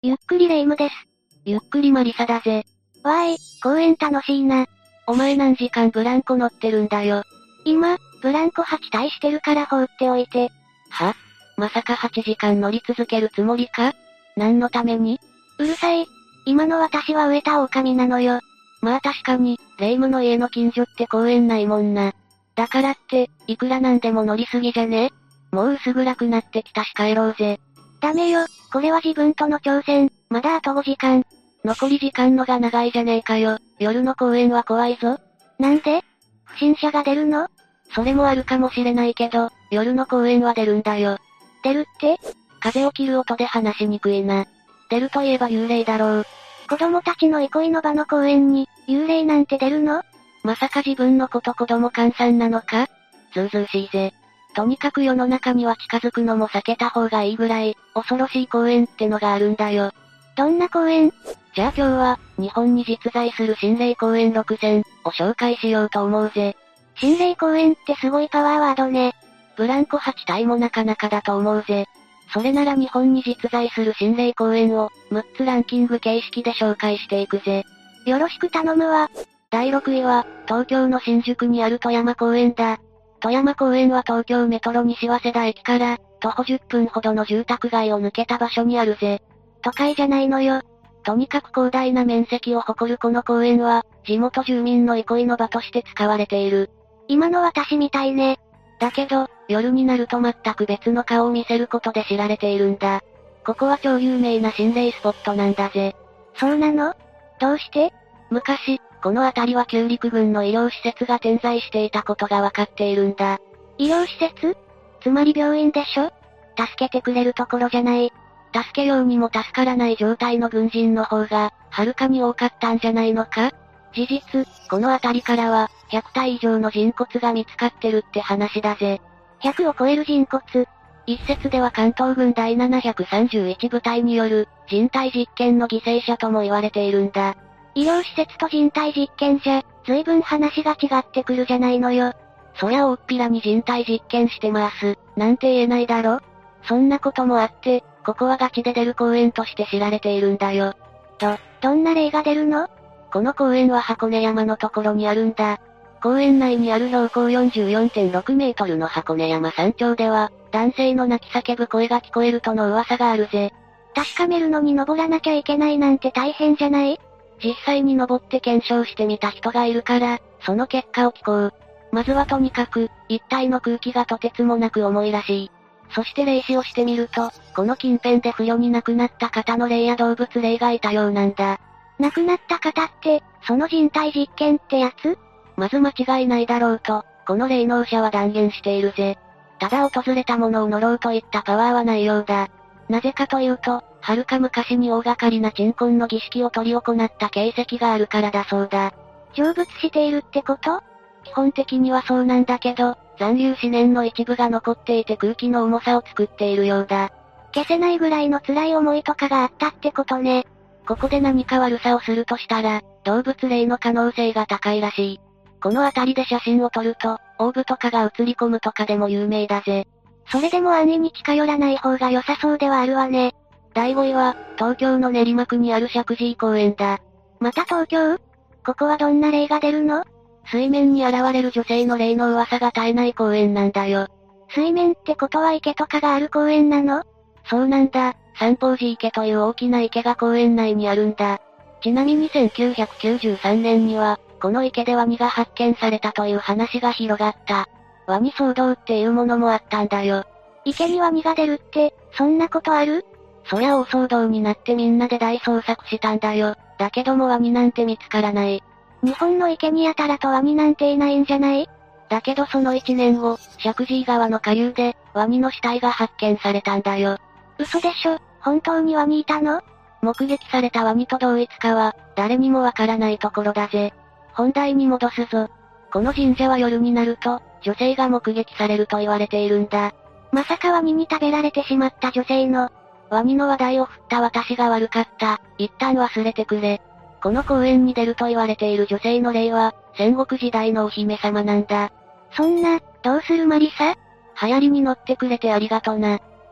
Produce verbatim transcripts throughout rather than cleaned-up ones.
ゆっくりレ夢ムです。 ゆっくりマリサだぜ。 わーい、公園楽しいな。 お前何時間ブランコ乗ってるんだよ。 今、ブランコはち体してるから放っておいて。 は？まさかはちじかん乗り続けるつもりか？何のために？ うるさい。今の私は飢えた狼なのよ。 まあ確かに、レ夢ムの家の近所って公園ないもんな。だからって、いくらなんでも乗りすぎじゃね？もう薄暗くなってきたし帰ろうぜ。 ダメよ、これは自分との挑戦、まだあとごじかん。 残り時間のが長いじゃねえかよ。夜の公園は怖いぞ。 なんで？不審者が出るの？ それもあるかもしれないけど、夜の公園は出るんだよ。 出るって？ 風を切る音で話しにくいな。出るといえば幽霊だろう。 子供たちの憩いの場の公園に、幽霊なんて出るの？ まさか自分のこと子供換算なのか？ずうずうしいぜ。とにかく世の中には近づくのも避けた方がいいぐらい、恐ろしい公園ってのがあるんだよ。 どんな公園？ じゃあ今日は、日本に実在する心霊公園ろくせんを紹介しようと思うぜ。 心霊公園ってすごいパワーワードね。 ブランコはち体もなかなかだと思うぜ。それなら日本に実在する心霊公園を、むっつランキング形式で紹介していくぜ。 よろしく頼むわ。 だいろくいは、東京の新宿にある戸山公園だ。戸山公園は東京メトロ西早稲田駅から、徒歩じゅっぷんほどの住宅街を抜けた場所にあるぜ。 都会じゃないのよ。 とにかく広大な面積を誇るこの公園は、地元住民の憩いの場として使われている。 今の私みたいね。 だけど、夜になると全く別の顔を見せることで知られているんだ。ここは超有名な心霊スポットなんだぜ。 そうなの？どうして？ 昔、この辺りは旧陸軍の医療施設が点在していたことがわかっているんだ。 医療施設？つまり病院でしょ？助けてくれるところじゃない。 助けようにも助からない状態の軍人の方が、はるかに多かったんじゃないのか？事実、この辺りからは、ひゃく体以上の人骨が見つかってるって話だぜ。 ひゃくを超える人骨。 一説では関東軍第ななひゃくさんじゅういち部隊による、人体実験の犠牲者とも言われているんだ。 医療施設と人体実験じゃ、随分話が違ってくるじゃないのよ。 そりゃ大っぴらに人体実験してます、なんて言えないだろ？そんなこともあって、ここはガチで出る公園として知られているんだよ。 ど、どんな例が出るの？ この公園は箱根山のところにあるんだ。公園内にある標高 よんじゅうよんてんろくメートルの箱根山山頂では、男性の泣き叫ぶ声が聞こえるとの噂があるぜ。 確かめるのに登らなきゃいけないなんて大変じゃない？ 実際に登って検証してみた人がいるから、その結果を聞こう。まずはとにかく、一帯の空気がとてつもなく重いらしい。そして霊視をしてみると、この近辺で不慮に亡くなった方の霊や動物霊がいたようなんだ。 亡くなった方って、その人体実験ってやつ？ まず間違いないだろうと、この霊能者は断言しているぜ。ただ訪れたものを呪うといったパワーはないようだ。なぜかというと、はるか昔に大掛かりな鎮魂の儀式を執り行った形跡があるからだそうだ。 成仏しているってこと？ 基本的にはそうなんだけど、残留思念の一部が残っていて空気の重さを作っているようだ。 消せないぐらいの辛い思いとかがあったってことね。 ここで何か悪さをするとしたら、動物霊の可能性が高いらしい。この辺りで写真を撮ると、オーブとかが映り込むとかでも有名だぜ。 それでも安易に近寄らない方が良さそうではあるわね。 だいごいは、東京の練馬区にある石神井公園だ。 また東京？ここはどんな霊が出るの？ 水面に現れる女性の霊の噂が絶えない公園なんだよ。 水面ってことは池とかがある公園なの？ そうなんだ、三宝寺池という大きな池が公園内にあるんだ。ちなみにせんきゅうひゃくきゅうじゅうさんねんには、この池でワニが発見されたという話が広がった。ワニ騒動っていうものもあったんだよ。 池にワニが出るって、そんなことある？ そりゃ大騒動になってみんなで大捜索したんだよ。だけどもワニなんて見つからない。 日本の池にやたらとワニなんていないんじゃない？ だけどそのいちねんご、石神井川の下流で、ワニの死体が発見されたんだよ。 嘘でしょ？本当にワニいたの？ 目撃されたワニと同一かは、誰にもわからないところだぜ。本題に戻すぞ。この神社は夜になると、女性が目撃されると言われているんだ。 まさかワニに食べられてしまった女性の。 ワニの話題を振った私が悪かった。一旦忘れてくれ。この公園に出ると言われている女性の霊は、戦国時代のお姫様なんだ。 そんな、どうするマリサ？ 流行りに乗ってくれてありがとな。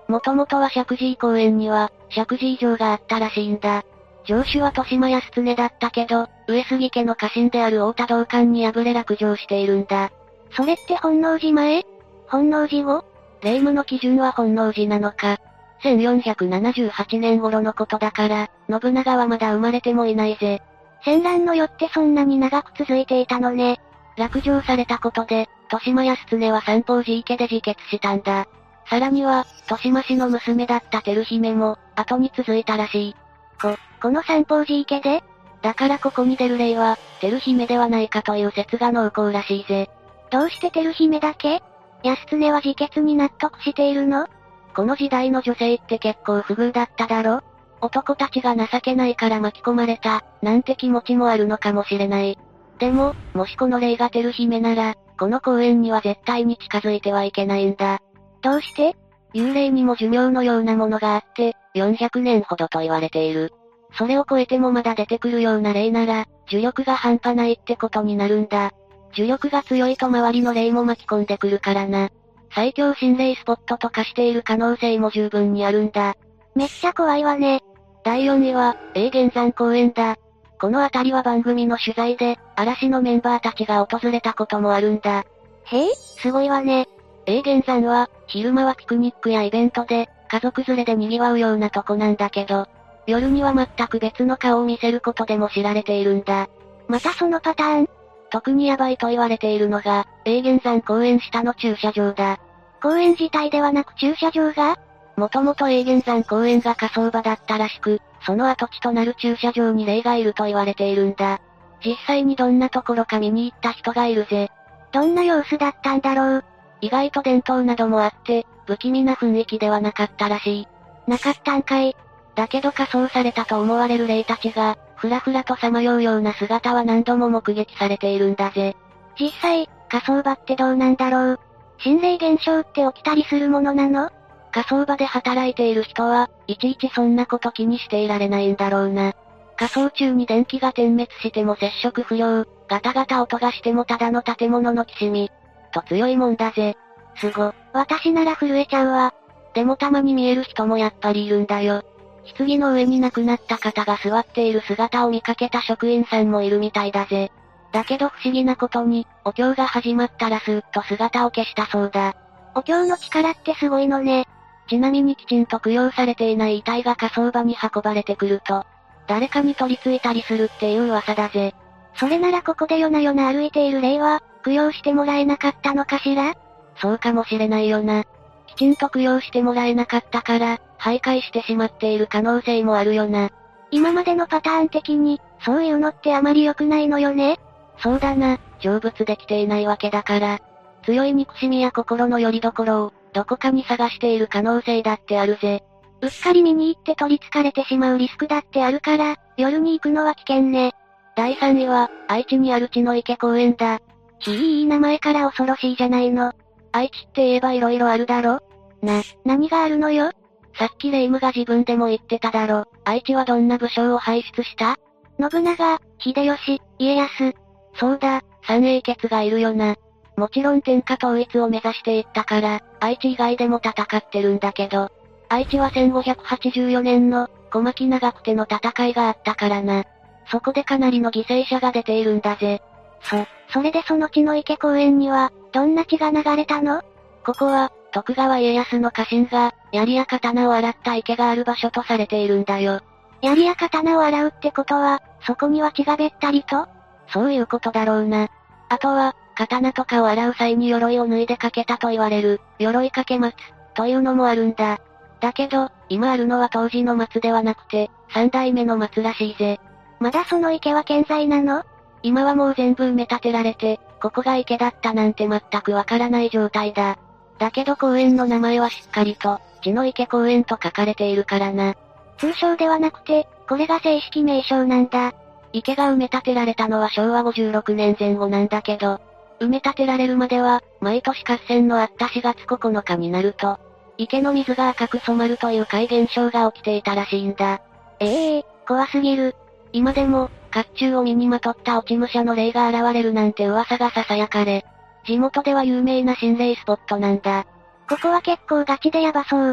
もともとは石神井公園には、石神井城があったらしいんだ。城主は豊島康経だったけど、上杉家の家臣である太田道灌に敗れ落城しているんだ。 それって本能寺前？本能寺後？ 霊夢の基準は本能寺なのか。せんよんひゃくななじゅうはちねん頃のことだから、信長はまだ生まれてもいないぜ。 戦乱の世ってそんなに長く続いていたのね。 落城されたことで、豊島康経は三法寺池で自決したんだ。さらには、豊島氏の娘だった照姫も、後に続いたらしい。 こ、この三法寺池で？ だからここに出る霊は、照姫ではないかという説が濃厚らしいぜ。 どうして照姫だけ？康経は自決に納得しているの？ この時代の女性って結構不遇だっただろ？男たちが情けないから巻き込まれた、なんて気持ちもあるのかもしれない。でも、もしこの霊が照姫なら、この公園には絶対に近づいてはいけないんだ。 どうして？ 幽霊にも寿命のようなものがあって、よんひゃくねんほどと言われている。それを超えてもまだ出てくるような霊なら、呪力が半端ないってことになるんだ。呪力が強いと周りの霊も巻き込んでくるからな。最強心霊スポットと化している可能性も十分にあるんだ。 めっちゃ怖いわね。 だいよんいは、永源山公園だ。この辺りは番組の取材で、嵐のメンバーたちが訪れたこともあるんだ。 へえ、すごいわね。 永源山は、昼間はピクニックやイベントで、家族連れで賑わうようなとこなんだけど、夜には全く別の顔を見せることでも知られているんだ。 またそのパターン？ 特にヤバいと言われているのが、永源山公園下の駐車場だ。 公園自体ではなく駐車場が？ もともと永源山公園が火葬場だったらしく、その跡地となる駐車場に霊がいると言われているんだ。実際にどんなところか見に行った人がいるぜ。 どんな様子だったんだろう？ 意外と伝統などもあって、不気味な雰囲気ではなかったらしい。 なかったんかい。 だけど仮装されたと思われる霊たちが、ふらふらとさまようような姿は何度も目撃されているんだぜ。 実際、火葬場ってどうなんだろう？心霊現象って起きたりするものなの？ 火葬場で働いている人は、いちいちそんなこと気にしていられないんだろうな。火葬中に電気が点滅しても接触不良、ガタガタ音がしてもただの建物のきしみ。と強いもんだぜ。すご。 私なら震えちゃうわ。 でもたまに見える人もやっぱりいるんだよ。棺の上に亡くなった方が座っている姿を見かけた職員さんもいるみたいだぜ。だけど不思議なことに、お経が始まったらスーッと姿を消したそうだ。 お経の力ってすごいのね。 ちなみにきちんと供養されていない遺体が火葬場に運ばれてくると、誰かに取り付いたりするっていう噂だぜ。 それならここで夜な夜な歩いている霊は、供養してもらえなかったのかしら？ そうかもしれないよな。きちんと供養してもらえなかったから、徘徊してしまっている可能性もあるよな。 今までのパターン的に、そういうのってあまり良くないのよね。 そうだな、成仏できていないわけだから。強い憎しみや心の拠り所を、どこかに探している可能性だってあるぜ。 うっかり見に行って取り憑かれてしまうリスクだってあるから、夜に行くのは危険ね。 だいさんいは、愛知にある血の池公園だ。 ひいい名前から恐ろしいじゃないの。 愛知って言えば色々あるだろ？ な、何があるのよ？ さっき霊夢が自分でも言ってただろ。愛知はどんな武将を輩出した？ 信長、秀吉、家康。 そうだ、三英傑がいるよな。もちろん天下統一を目指していったから、愛知以外でも戦ってるんだけど、愛知はせんごひゃくはちじゅうよねんの、小牧長久手の戦いがあったからな。そこでかなりの犠牲者が出ているんだぜ。 そ、それでその血の池公園には、どんな血が流れたの？ ここは、徳川家康の家臣が、槍や刀を洗った池がある場所とされているんだよ。 槍や刀を洗うってことは、そこには血がべったりと？ そういうことだろうな。あとは、刀とかを洗う際に鎧を脱いでかけたと言われる、鎧掛け松、というのもあるんだ。だけど、今あるのは当時の松ではなくて、三代目の松らしいぜ。 まだその池は健在なの？ 今はもう全部埋め立てられて、ここが池だったなんて全くわからない状態だ。だけど公園の名前はしっかりと、血の池公園と書かれているからな。 通称ではなくて、これが正式名称なんだ。 池が埋め立てられたのはしょうわごじゅうろくねんぜん後なんだけど、埋め立てられるまでは、毎年合戦のあったしがつここのかになると、池の水が赤く染まるという怪現象が起きていたらしいんだ。 ええー、怖すぎる。 今でも、甲冑を身にまとった落ち武者の霊が現れるなんて噂が囁かれ、地元では有名な心霊スポットなんだ。 ここは結構ガチでヤバそう。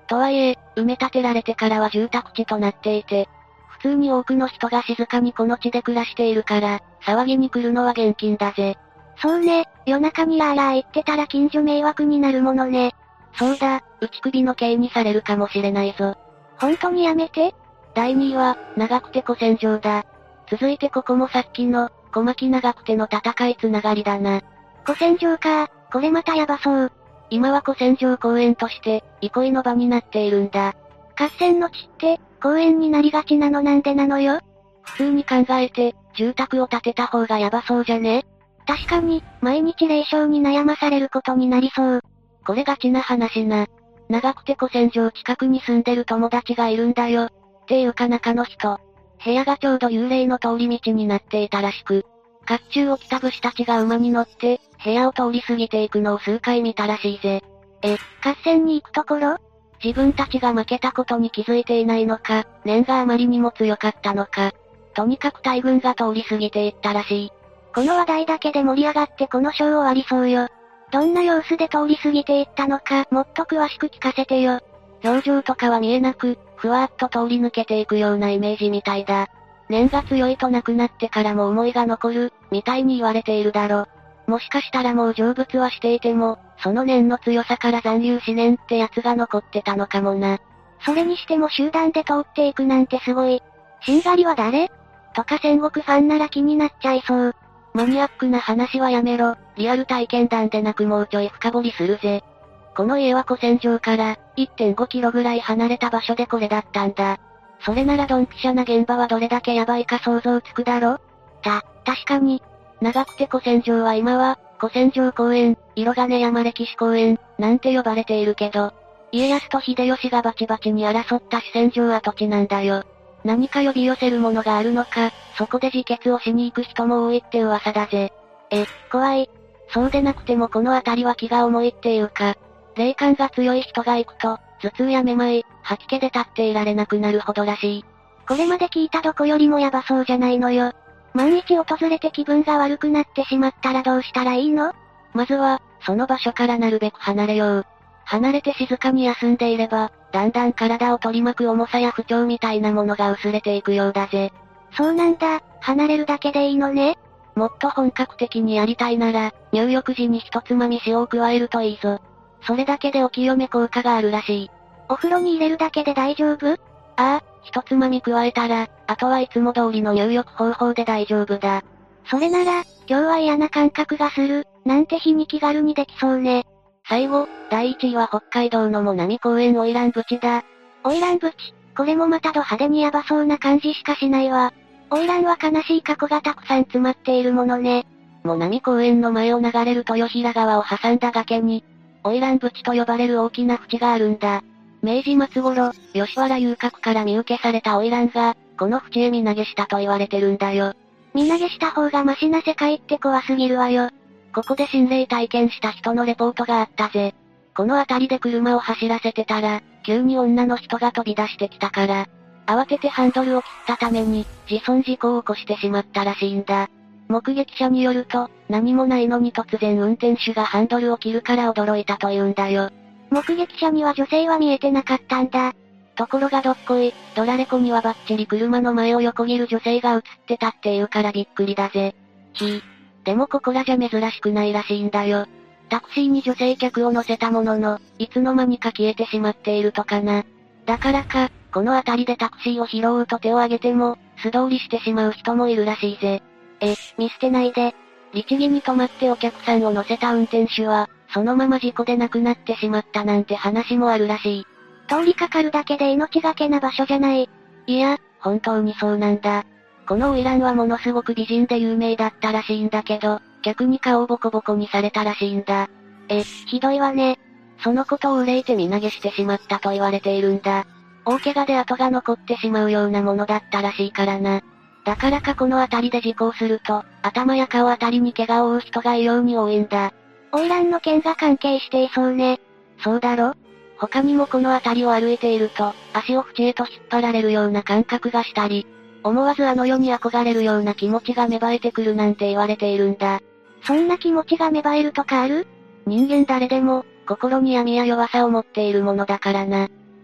とはいえ、埋め立てられてからは住宅地となっていて、普通に多くの人が静かにこの地で暮らしているから、騒ぎに来るのは厳禁だぜ。 そうね、夜中にあーらー言ってたら近所迷惑になるものね。 そうだ、打ち首の刑にされるかもしれないぞ。 本当にやめて。 だいにいは、長久手古戦場だ。続いてここもさっきの、小牧長久手の戦いつながりだな。 古戦場か、これまたやばそう。 今は古戦場公園として、憩いの場になっているんだ。 合戦の地って、公園になりがちなのなんでなのよ。 普通に考えて、住宅を建てた方がやばそうじゃね？ 確かに、毎日霊障に悩まされることになりそう。 これガチな話な。長久手古戦場近くに住んでる友達がいるんだよ。っていうか中の人。部屋がちょうど幽霊の通り道になっていたらしく、甲冑を着た武士たちが馬に乗って、部屋を通り過ぎていくのを数回見たらしいぜ。 え、合戦に行くところ？ 自分たちが負けたことに気づいていないのか、念があまりにも強かったのか。とにかく大軍が通り過ぎていったらしい。 この話題だけで盛り上がってこの章終わりそうよ。どんな様子で通り過ぎていったのか、もっと詳しく聞かせてよ。 表情とかは見えなく、ふわーっと通り抜けていくようなイメージみたいだ。念が強いと亡くなってからも思いが残る、みたいに言われているだろ。もしかしたらもう成仏はしていても、その念の強さから残留思念ってやつが残ってたのかもな。 それにしても集団で通っていくなんてすごい。しんがりは誰？とか戦国ファンなら気になっちゃいそう。 マニアックな話はやめろ、リアル体験談でなくもうちょい深掘りするぜ。この家は古戦場から、いってんごキロぐらい離れた場所でこれだったんだ。それならドンピシャな現場はどれだけヤバいか想像つくだろ？ た、確かに。 長久手古戦場は今は、古戦場公園、色金山歴史公園、なんて呼ばれているけど、家康と秀吉がバチバチに争った主戦場跡地なんだよ。何か呼び寄せるものがあるのか、そこで自決をしに行く人も多いって噂だぜ。 え、怖い。 そうでなくてもこの辺りは気が重いっていうか、霊感が強い人が行くと、頭痛やめまい、吐き気で立っていられなくなるほどらしい。 これまで聞いたどこよりもヤバそうじゃないのよ。万一訪れて気分が悪くなってしまったらどうしたらいいの？ まずは、その場所からなるべく離れよう。離れて静かに休んでいれば、だんだん体を取り巻く重さや不調みたいなものが薄れていくようだぜ。 そうなんだ、離れるだけでいいのね。 もっと本格的にやりたいなら、入浴時に一つまみ塩を加えるといいぞ。それだけでお清め効果があるらしい。 お風呂に入れるだけで大丈夫？ ああ、一つまみ加えたら、あとはいつも通りの入浴方法で大丈夫だ。 それなら、今日は嫌な感覚がする、なんて日に気軽にできそうね。 最後、だいいちいは北海道の最上公園花魁淵だ。 花魁淵、これもまたド派手にヤバそうな感じしかしないわ。花魁は悲しい過去がたくさん詰まっているものね。 最上公園の前を流れる豊平川を挟んだ崖に、花魁淵と呼ばれる大きな淵があるんだ。明治末頃、吉原遊郭から見受けされた花魁が、この淵へ身投げしたと言われてるんだよ。 身投げした方がマシな世界って怖すぎるわよ。 ここで心霊体験した人のレポートがあったぜ。この辺りで車を走らせてたら、急に女の人が飛び出してきたから、慌ててハンドルを切ったために、自損事故を起こしてしまったらしいんだ。目撃者によると、何もないのに突然運転手がハンドルを切るから驚いたというんだよ。 目撃者には女性は見えてなかったんだ。 ところがどっこい、ドラレコにはバッチリ車の前を横切る女性が映ってたっていうからびっくりだぜ。ひぃ。でもここらじゃ珍しくないらしいんだよ。タクシーに女性客を乗せたものの、いつの間にか消えてしまっているとかな。だからか、この辺りでタクシーを拾おうと手を挙げても、素通りしてしまう人もいるらしいぜ。 え、見捨てないで。 律儀に止まってお客さんを乗せた運転手は、そのまま事故で亡くなってしまったなんて話もあるらしい。 通りかかるだけで命がけな場所じゃない。 いや、本当にそうなんだ。この花魁はものすごく美人で有名だったらしいんだけど、逆に顔をボコボコにされたらしいんだ。 え、ひどいわね。 そのことを憂いて身投げしてしまったと言われているんだ。大怪我で跡が残ってしまうようなものだったらしいからな。だからかこの辺りで事故をすると、頭や顔あたりに怪我を負う人が異様に多いんだ。 花魁の件が関係していそうね。 そうだろ？他にもこの辺りを歩いていると、足を縁へと引っ張られるような感覚がしたり、思わずあの世に憧れるような気持ちが芽生えてくるなんて言われているんだ。 そんな気持ちが芽生えるとかある？ 人間誰でも、心に闇や弱さを持っているものだからな。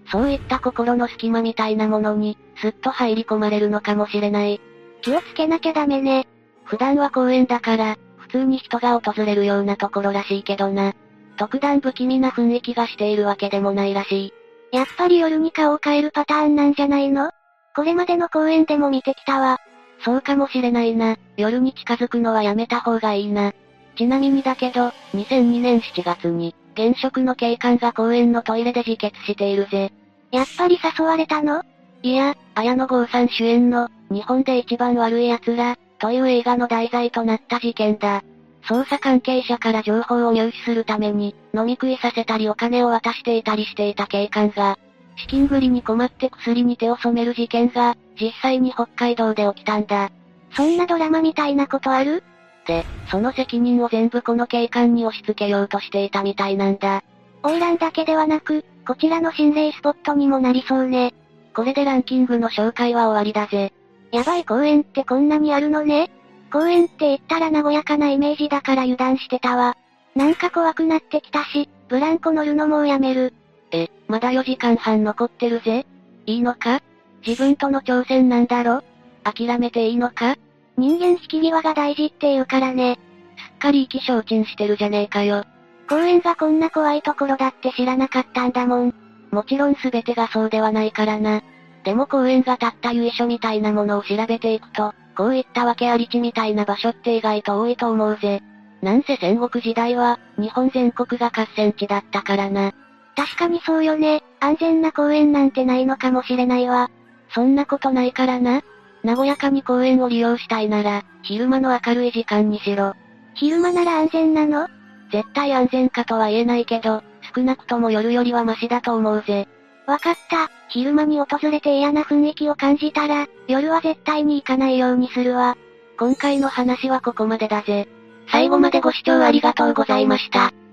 そういった心の隙間みたいなものに、すっと入り込まれるのかもしれない。 気をつけなきゃダメね。 普段は公園だから、普通に人が訪れるようなところらしいけどな。特段不気味な雰囲気がしているわけでもないらしい。やっぱり夜に顔を変えるパターンなんじゃないの？これまでの公園でも見てきたわ。 そうかもしれないな。夜に近づくのはやめた方がいいな。ちなみにだけど、にせんにねんしちがつに、現職の警官が公園のトイレで自決しているぜ。 やっぱり誘われたの？ いや、綾野剛さん主演の、日本で一番悪い奴ら、という映画の題材となった事件だ。捜査関係者から情報を入手するために、飲み食いさせたりお金を渡していたりしていた警官が、資金繰りに困って薬に手を染める事件が、実際に北海道で起きたんだ。 そんなドラマみたいなことある？ で、その責任を全部この警官に押し付けようとしていたみたいなんだ。 花魁だけではなく、こちらの心霊スポットにもなりそうね。 これでランキングの紹介は終わりだぜ。 やばい公園ってこんなにあるのね。公園って言ったら和やかなイメージだから油断してたわ。なんか怖くなってきたし、ブランコ乗るのもうやめる。 え、まだよじかんはん残ってるぜ。いいのか？自分との挑戦なんだろ？諦めていいのか？ 人間引き際が大事って言うからね。 すっかり意気消沈してるじゃねえかよ。 公園がこんな怖いところだって知らなかったんだもん。 もちろん全てがそうではないからな。でも公園が立った由緒みたいなものを調べていくと、こういった訳あり地みたいな場所って意外と多いと思うぜ。なんせ戦国時代は、日本全国が合戦地だったからな。 確かにそうよね。安全な公園なんてないのかもしれないわ。 そんなことないからな。和やかに公園を利用したいなら、昼間の明るい時間にしろ。 昼間なら安全なの？ 絶対安全かとは言えないけど、少なくとも夜よりはマシだと思うぜ。 わかった。昼間に訪れて嫌な雰囲気を感じたら、夜は絶対に行かないようにするわ。 今回の話はここまでだぜ。最後までご視聴ありがとうございました。